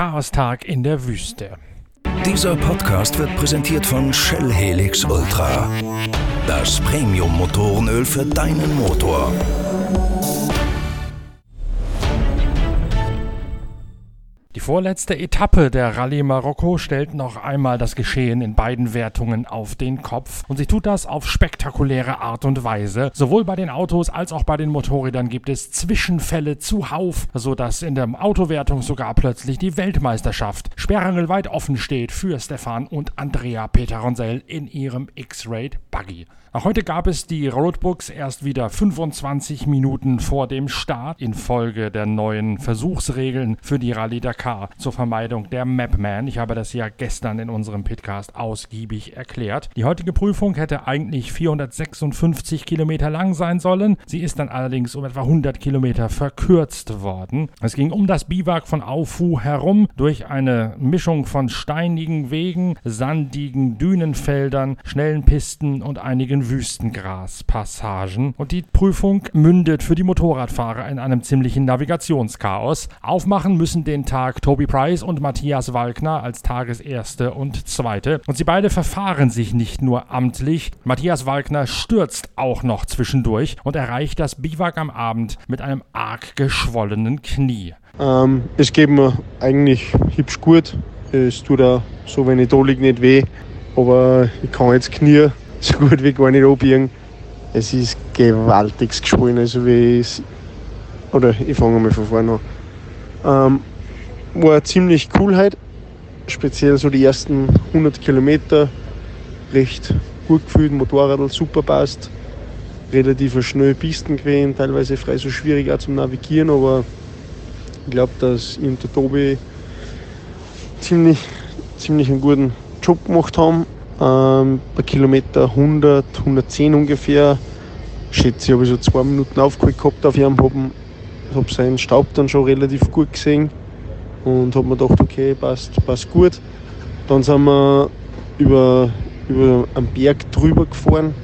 Chaostag in der Wüste. Dieser Podcast wird präsentiert von Shell Helix Ultra. Das Premium-Motorenöl für deinen Motor. Die vorletzte Etappe der Rallye Marokko stellt noch einmal das Geschehen in beiden Wertungen auf den Kopf. Und sie tut das auf spektakuläre Art und Weise. Sowohl bei den Autos als auch bei den Motorrädern gibt es Zwischenfälle zuhauf, sodass in der Autowertung sogar plötzlich die Weltmeisterschaft sperrangelweit offen steht für Stefan und Andrea Peteronsell in ihrem X-Raid Buggy. Auch heute gab es die Roadbooks erst wieder 25 Minuten vor dem Start infolge der neuen Versuchsregeln für die Rallye Dakar zur Vermeidung der Mapman. Ich habe das ja gestern in unserem Podcast ausgiebig erklärt. Die heutige Prüfung hätte eigentlich 456 Kilometer lang sein sollen. Sie ist dann allerdings um etwa 100 Kilometer verkürzt worden. Es ging um das Biwak von Auffu herum durch eine Mischung von steinigen Wegen, sandigen Dünenfeldern, schnellen Pisten und einigen Wüstengraspassagen. Und die Prüfung mündet für die Motorradfahrer in einem ziemlichen Navigationschaos. Aufmachen müssen den Tag Toby Price und Matthias Walkner als Tageserste und Zweite. Und sie beide verfahren sich nicht nur amtlich. Matthias Walkner stürzt auch noch zwischendurch und erreicht das Biwak am Abend mit einem arg geschwollenen Knie. Es geht mir eigentlich hübsch gut. Es tut auch so, wenn ich da liege, nicht weh. Aber ich kann jetzt Knie so gut wie gar nicht abbiegen. Es ist gewaltig geschwollen, also wie ich fange mal von vorne an. War ziemlich cool heute, speziell so die ersten 100 Kilometer, recht gut gefühlt, Motorrad super passt, relativ schnell Pisten gewesen, teilweise frei so schwierig auch zum Navigieren, aber ich glaube, dass ich und der Tobi ziemlich einen guten Job gemacht haben. Bei Kilometer 100, 110 ungefähr, schätze ich, habe ich so 2 Minuten aufgeholt gehabt auf ihm, habe seinen Staub dann schon relativ gut gesehen und habe mir gedacht, okay, passt gut. Dann sind wir über einen Berg drüber gefahren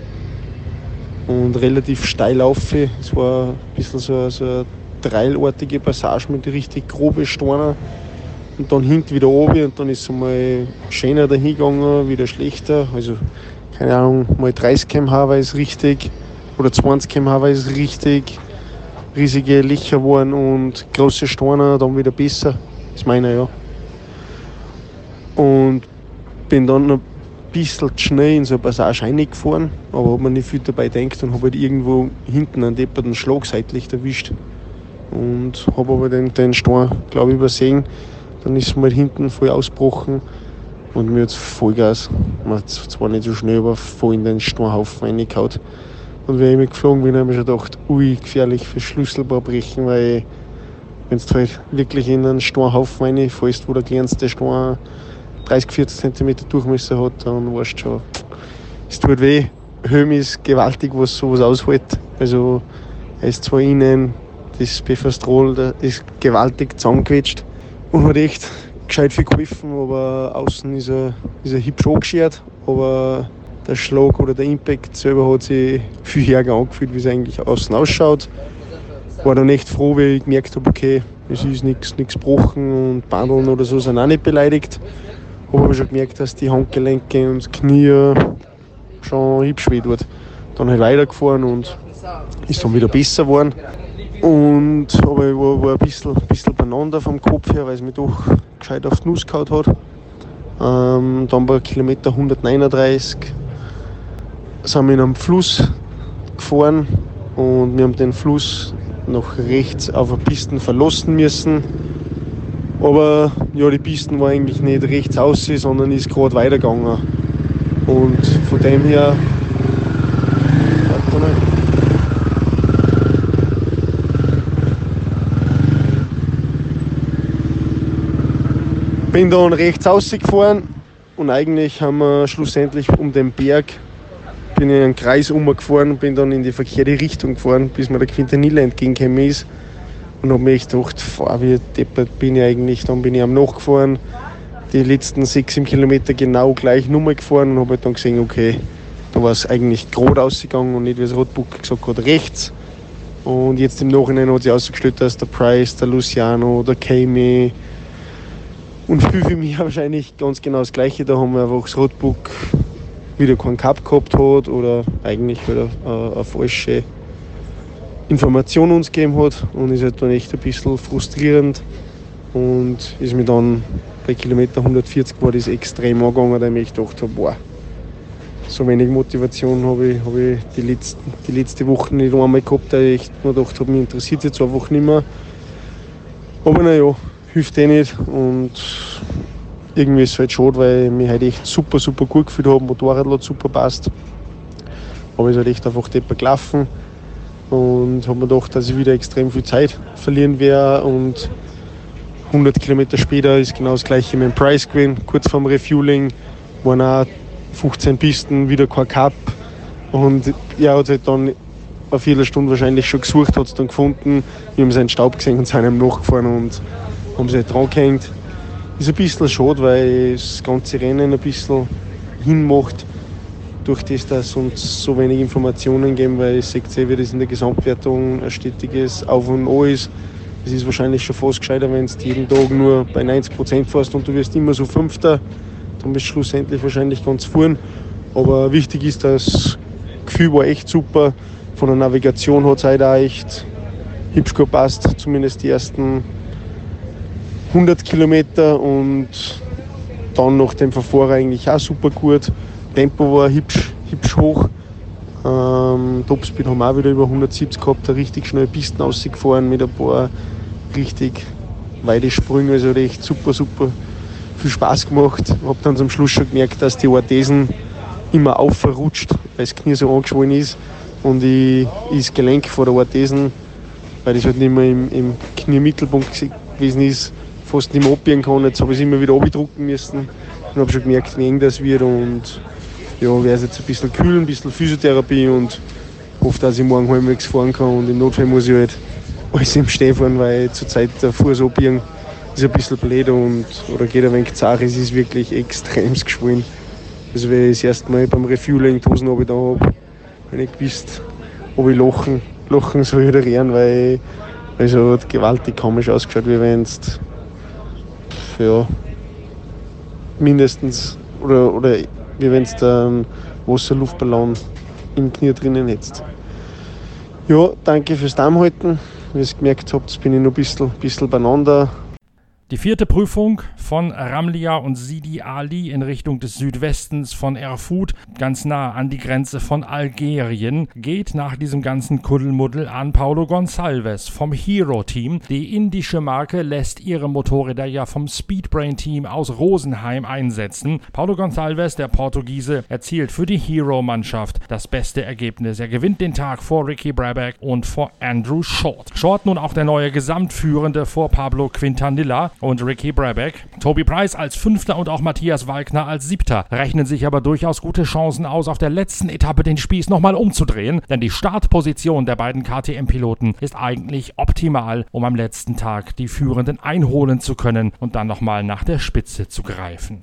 und relativ steil rauf. Es war ein bisschen so eine treilartige Passage mit richtig groben Steinen. Und dann hinten wieder oben und dann ist es mal schöner dahin gegangen, wieder schlechter. Also, keine Ahnung, mal 30 km/h war es richtig oder 20 km/h war es richtig. Riesige Löcher waren und große Steine, dann wieder besser. Das meine ich, ja. Und bin dann noch ein bisschen schnell in so eine Passage reingefahren, aber habe mir nicht viel dabei gedacht und habe halt irgendwo hinten einen depperten Schlag seitlich erwischt. Und habe aber den Stein, glaube ich, übersehen. Dann ist es mal hinten voll ausgebrochen und mir hat Vollgas, zwar nicht so schnell, aber voll in den Steinhaufen reingehauen. Und wenn ich geflogen bin, habe ich schon gedacht, ui, gefährlich fürs Schlüsselbein brechen, weil wenn du halt wirklich in einen Steinhaufen reinfällst, wo der kleinste Stein 30-40 cm Durchmesser hat, dann weißt du schon, es tut weh. Helm ist gewaltig, was sowas aushält. Also er ist zwar innen, das Befestrol, das ist gewaltig zusammengequetscht. Und hat echt gescheit viel geholfen, aber außen ist er hübsch angeschert. Aber der Schlag oder der Impact selber hat sich viel ärger angefühlt, wie es eigentlich außen ausschaut. War dann echt froh, weil ich gemerkt habe, okay, es ist nichts gebrochen und Bandeln oder so sind auch nicht beleidigt. Habe aber schon gemerkt, dass die Handgelenke und das Knie schon hübsch weh tut. Dann halt weitergefahren und ist dann wieder besser geworden. Aber ich war ein bisschen beieinander vom Kopf her, weil es mich doch gescheit auf die Nuss gehauen hat. Dann bei Kilometer 139 sind wir in einem Fluss gefahren und wir haben den Fluss nach rechts auf eine Piste verlassen müssen. Aber ja, die Piste war eigentlich nicht rechts aus, sondern ist gerade weitergegangen. Und von dem her... Bin dann rechts rausgefahren und eigentlich haben wir schlussendlich um den Berg bin ich einen Kreis umgefahren und bin dann in die verkehrte Richtung gefahren, bis mir der Quintanilla entgegengekommen ist. Und habe mir echt gedacht, wie deppert bin ich eigentlich. Dann bin ich am nachgefahren, die letzten 6 Kilometer genau gleich Nummer gefahren und habe halt dann gesehen, okay, da war es eigentlich gerade ausgegangen und nicht, wie das Roadbook gesagt hat, rechts. Und jetzt im Nachhinein hat sich ausgestellt, dass der Price, der Luciano, der Kami, Und für mich wahrscheinlich ganz genau das Gleiche. Da haben wir einfach das Roadbook wieder keinen Cup gehabt hat oder eigentlich wieder eine falsche Information uns gegeben hat. Und ist halt dann echt ein bisschen frustrierend. Und ist mir dann bei Kilometer 140 war das extrem angegangen, da ich mir echt gedacht habe, boah, so wenig Motivation habe ich die letzte Woche nicht einmal gehabt, da ich echt mir gedacht habe, mich interessiert jetzt einfach nicht mehr. Aber naja, hilft nicht und irgendwie ist es halt schade, weil ich mich halt echt super gut gefühlt habe, Motorrad hat super passt. Aber es ist halt echt einfach deppert gelaufen und habe mir gedacht, dass ich wieder extrem viel Zeit verlieren werde und 100 Kilometer später ist genau das gleiche mit dem Price gewesen. Kurz vorm Refueling waren auch 15 Pisten, wieder kein Cup und er hat halt dann eine Viertelstunde wahrscheinlich schon gesucht, hat es dann gefunden. Wir haben seinen Staub gesehen und sind ihm nachgefahren und haben sich halt dran gehängt. Ist ein bisschen schade, weil das ganze Rennen ein bisschen hinmacht, durch das, dass es uns so wenig Informationen geben, weil ich sehe, wie das in der Gesamtwertung ein stetiges Auf und An ist. Es ist wahrscheinlich schon fast gescheiter, wenn du jeden Tag nur bei 90% fährst und du wirst immer so Fünfter, dann bist du schlussendlich wahrscheinlich ganz vorn. Aber wichtig ist, das Gefühl war echt super. Von der Navigation hat es halt auch echt hübsch gepasst, zumindest die ersten 100 Kilometer und dann nach dem Verfahren eigentlich auch super gut. Tempo war hübsch hoch. Topspeed haben wir auch wieder über 170 gehabt, richtig schnelle Pisten rausgefahren mit ein paar richtig weite Sprünge, also echt super viel Spaß gemacht. Habe dann zum Schluss schon gemerkt, dass die Orthesen immer aufrutscht, weil das Knie so angeschwollen ist und ich das Gelenk vor der Orthesen, weil das halt nicht mehr im Kniemittelpunkt gewesen ist, fast nicht mehr abbiegen kann. Jetzt habe ich es immer wieder abdrucken müssen und habe schon gemerkt, wie eng das wird und ja, wäre es jetzt ein bisschen kühl, ein bisschen Physiotherapie und hoffe, dass ich morgen halbwegs fahren kann und im Notfall muss ich halt alles im Stehen fahren, weil zurzeit der Fuß abbiegen ist ein bisschen blöd oder geht ein wenig zart, es ist wirklich extrem geschwollen. Also wenn ich das erste Mal beim Refueling die Hosen da habe, wenn ich gewusst, ob ich lachen soll oder rennen, weil es hat gewaltig komisch ausgeschaut, wie wenn es mindestens oder wie wenn es einen Wasserluftballon im Knie drinnen hättest. Ja, danke fürs Dammhalten. Wie ihr gemerkt habt, bin ich noch ein bisschen beieinander. Die vierte Prüfung von Ramlia und Sidi Ali in Richtung des Südwestens von Erfurt, ganz nah an die Grenze von Algerien, geht nach diesem ganzen Kuddelmuddel an Paulo Gonçalves vom Hero-Team. Die indische Marke lässt ihre Motorräder ja vom Speedbrain-Team aus Rosenheim einsetzen. Paulo Gonçalves, der Portugiese, erzielt für die Hero-Mannschaft das beste Ergebnis. Er gewinnt den Tag vor Ricky Brabec und vor Andrew Short. Short nun auch der neue Gesamtführende vor Pablo Quintanilla und Ricky Brabec. Toby Price als Fünfter und auch Matthias Walkner als Siebter rechnen sich aber durchaus gute Chancen aus, auf der letzten Etappe den Spieß nochmal umzudrehen, denn die Startposition der beiden KTM-Piloten ist eigentlich optimal, um am letzten Tag die Führenden einholen zu können und dann nochmal nach der Spitze zu greifen.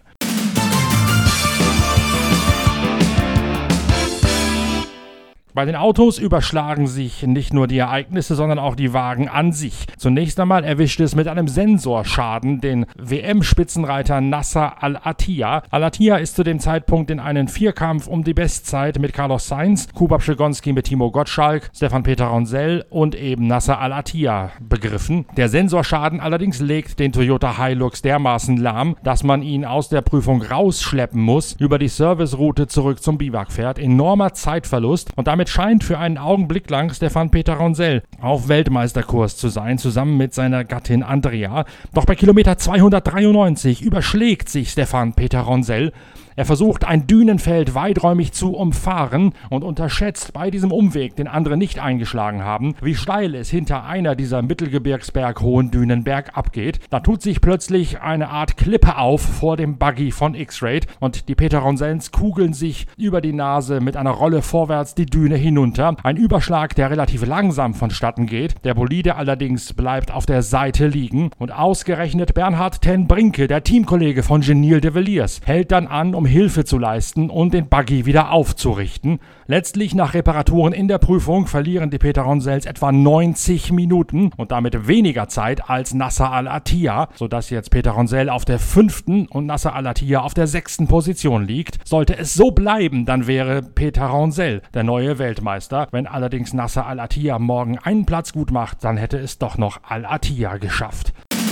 Bei den Autos überschlagen sich nicht nur die Ereignisse, sondern auch die Wagen an sich. Zunächst einmal erwischt es mit einem Sensorschaden den WM-Spitzenreiter Nasser Al-Attiyah. Al-Attiyah ist zu dem Zeitpunkt in einen Vierkampf um die Bestzeit mit Carlos Sainz, Kuba Pszegonski mit Timo Gottschalk, Stefan Peter Ronsell und eben Nasser Al-Attiyah begriffen. Der Sensorschaden allerdings legt den Toyota Hilux dermaßen lahm, dass man ihn aus der Prüfung rausschleppen muss, über die Serviceroute zurück zum Biwak fährt. Enormer Zeitverlust und damit scheint für einen Augenblick lang Stefan Peter Ronsell auf Weltmeisterkurs zu sein, zusammen mit seiner Gattin Andrea. Doch bei Kilometer 293 überschlägt sich Stefan Peter Ronsell. Er versucht, ein Dünenfeld weiträumig zu umfahren und unterschätzt bei diesem Umweg, den andere nicht eingeschlagen haben, wie steil es hinter einer dieser mittelgebirgsberghohen Dünen bergab geht. Da tut sich plötzlich eine Art Klippe auf vor dem Buggy von X-Raid und die Peter Ronsells kugeln sich über die Nase mit einer Rolle vorwärts die Düne hinunter. Ein Überschlag, der relativ langsam vonstatten geht. Der Bolide allerdings bleibt auf der Seite liegen und ausgerechnet Bernhard ten Brinke, der Teamkollege von Genil de Villiers, hält dann an, um um Hilfe zu leisten und den Buggy wieder aufzurichten. Letztlich nach Reparaturen in der Prüfung verlieren die Peteronsells etwa 90 Minuten und damit weniger Zeit als Nasser Al-Attiyah, sodass jetzt Peteronsell auf der 5. und Nasser Al-Attiyah auf der 6. Position liegt. Sollte es so bleiben, dann wäre Peteronsell der neue Weltmeister. Wenn allerdings Nasser Al-Attiyah morgen einen Platz gut macht, dann hätte es doch noch Al-Attiyah geschafft.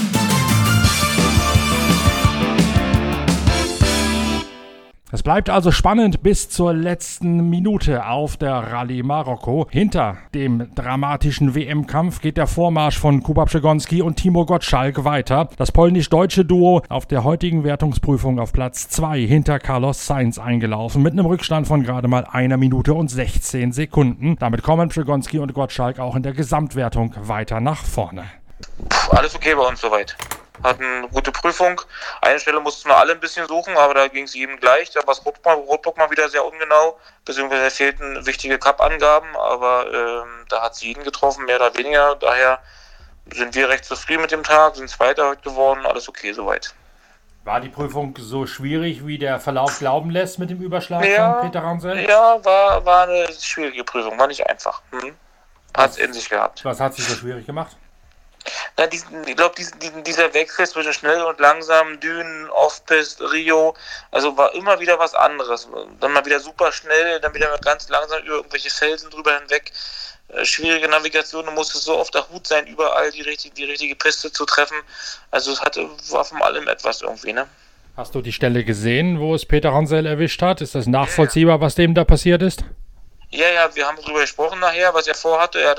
Es bleibt also spannend bis zur letzten Minute auf der Rallye Marokko. Hinter dem dramatischen WM-Kampf geht der Vormarsch von Kuba Przegonski und Timo Gottschalk weiter. Das polnisch-deutsche Duo auf der heutigen Wertungsprüfung auf Platz 2 hinter Carlos Sainz eingelaufen, mit einem Rückstand von gerade mal 1 Minute und 16 Sekunden. Damit kommen Przegonski und Gottschalk auch in der Gesamtwertung weiter nach vorne. Alles okay bei uns soweit. Hatten eine gute Prüfung. Eine Stelle mussten wir alle ein bisschen suchen, aber da ging es jedem gleich. Da war das Rotbook mal wieder sehr ungenau, beziehungsweise fehlten wichtige Cup-Angaben, aber da hat es jeden getroffen, mehr oder weniger. Daher sind wir recht zufrieden mit dem Tag, sind Zweiter heute geworden, alles okay soweit. War die Prüfung so schwierig, wie der Verlauf glauben lässt mit dem Überschlag von Peteronsell? Ja, war eine schwierige Prüfung, war nicht einfach. Hat es in sich gehabt. Was hat sie so schwierig gemacht? Na, ich glaube, dieser Wechsel zwischen schnell und langsam, Dünen, Off-Pist, Rio, also war immer wieder was anderes. Dann mal wieder super schnell, dann wieder ganz langsam über irgendwelche Felsen drüber hinweg. Schwierige Navigation, du musstest so auf der Hut sein, überall die richtige Piste zu treffen. Also es war von allem etwas irgendwie, ne? Hast du die Stelle gesehen, wo es Peteronsell erwischt hat? Ist das nachvollziehbar, was dem da passiert ist? Ja, wir haben darüber gesprochen nachher, was er vorhatte. Ja,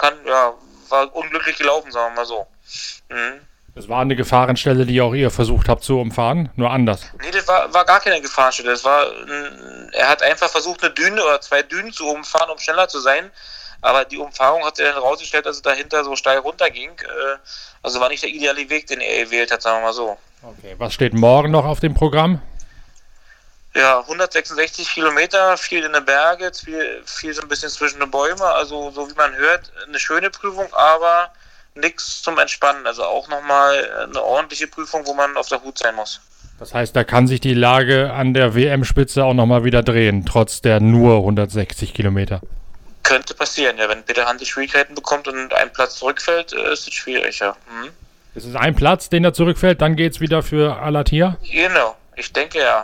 war unglücklich gelaufen, sagen wir mal so. Das war eine Gefahrenstelle, die auch ihr versucht habt zu umfahren, nur anders. Nee, das war gar keine Gefahrenstelle. Er hat einfach versucht, eine Düne oder 2 Dünen zu umfahren, um schneller zu sein. Aber die Umfahrung hat sich dann herausgestellt, dass es dahinter so steil runterging. Also war nicht der ideale Weg, den er gewählt hat, sagen wir mal so. Okay, was steht morgen noch auf dem Programm? Ja, 166 Kilometer, viel in den Bergen, viel so ein bisschen zwischen den Bäumen, also so wie man hört, eine schöne Prüfung, aber nichts zum Entspannen, also auch nochmal eine ordentliche Prüfung, wo man auf der Hut sein muss. Das heißt, da kann sich die Lage an der WM-Spitze auch nochmal wieder drehen, trotz der nur 160 Kilometer. Könnte passieren, ja, wenn Peter Handel Schwierigkeiten bekommt und ein Platz zurückfällt, ist es schwierig, ja. Ist es ein Platz, den er zurückfällt, dann geht's wieder für Al-Attiyah? Genau, ich denke ja.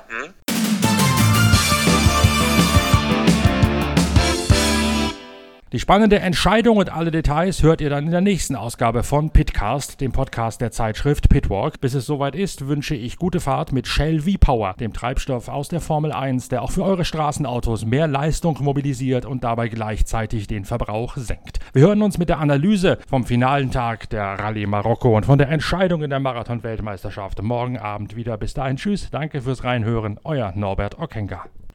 Die spannende Entscheidung und alle Details hört ihr dann in der nächsten Ausgabe von Pitcast, dem Podcast der Zeitschrift Pitwalk. Bis es soweit ist, wünsche ich gute Fahrt mit Shell V-Power, dem Treibstoff aus der Formel 1, der auch für eure Straßenautos mehr Leistung mobilisiert und dabei gleichzeitig den Verbrauch senkt. Wir hören uns mit der Analyse vom finalen Tag der Rallye Marokko und von der Entscheidung in der Marathon-Weltmeisterschaft morgen Abend wieder. Bis dahin, tschüss, danke fürs Reinhören, euer Norbert Ockenga.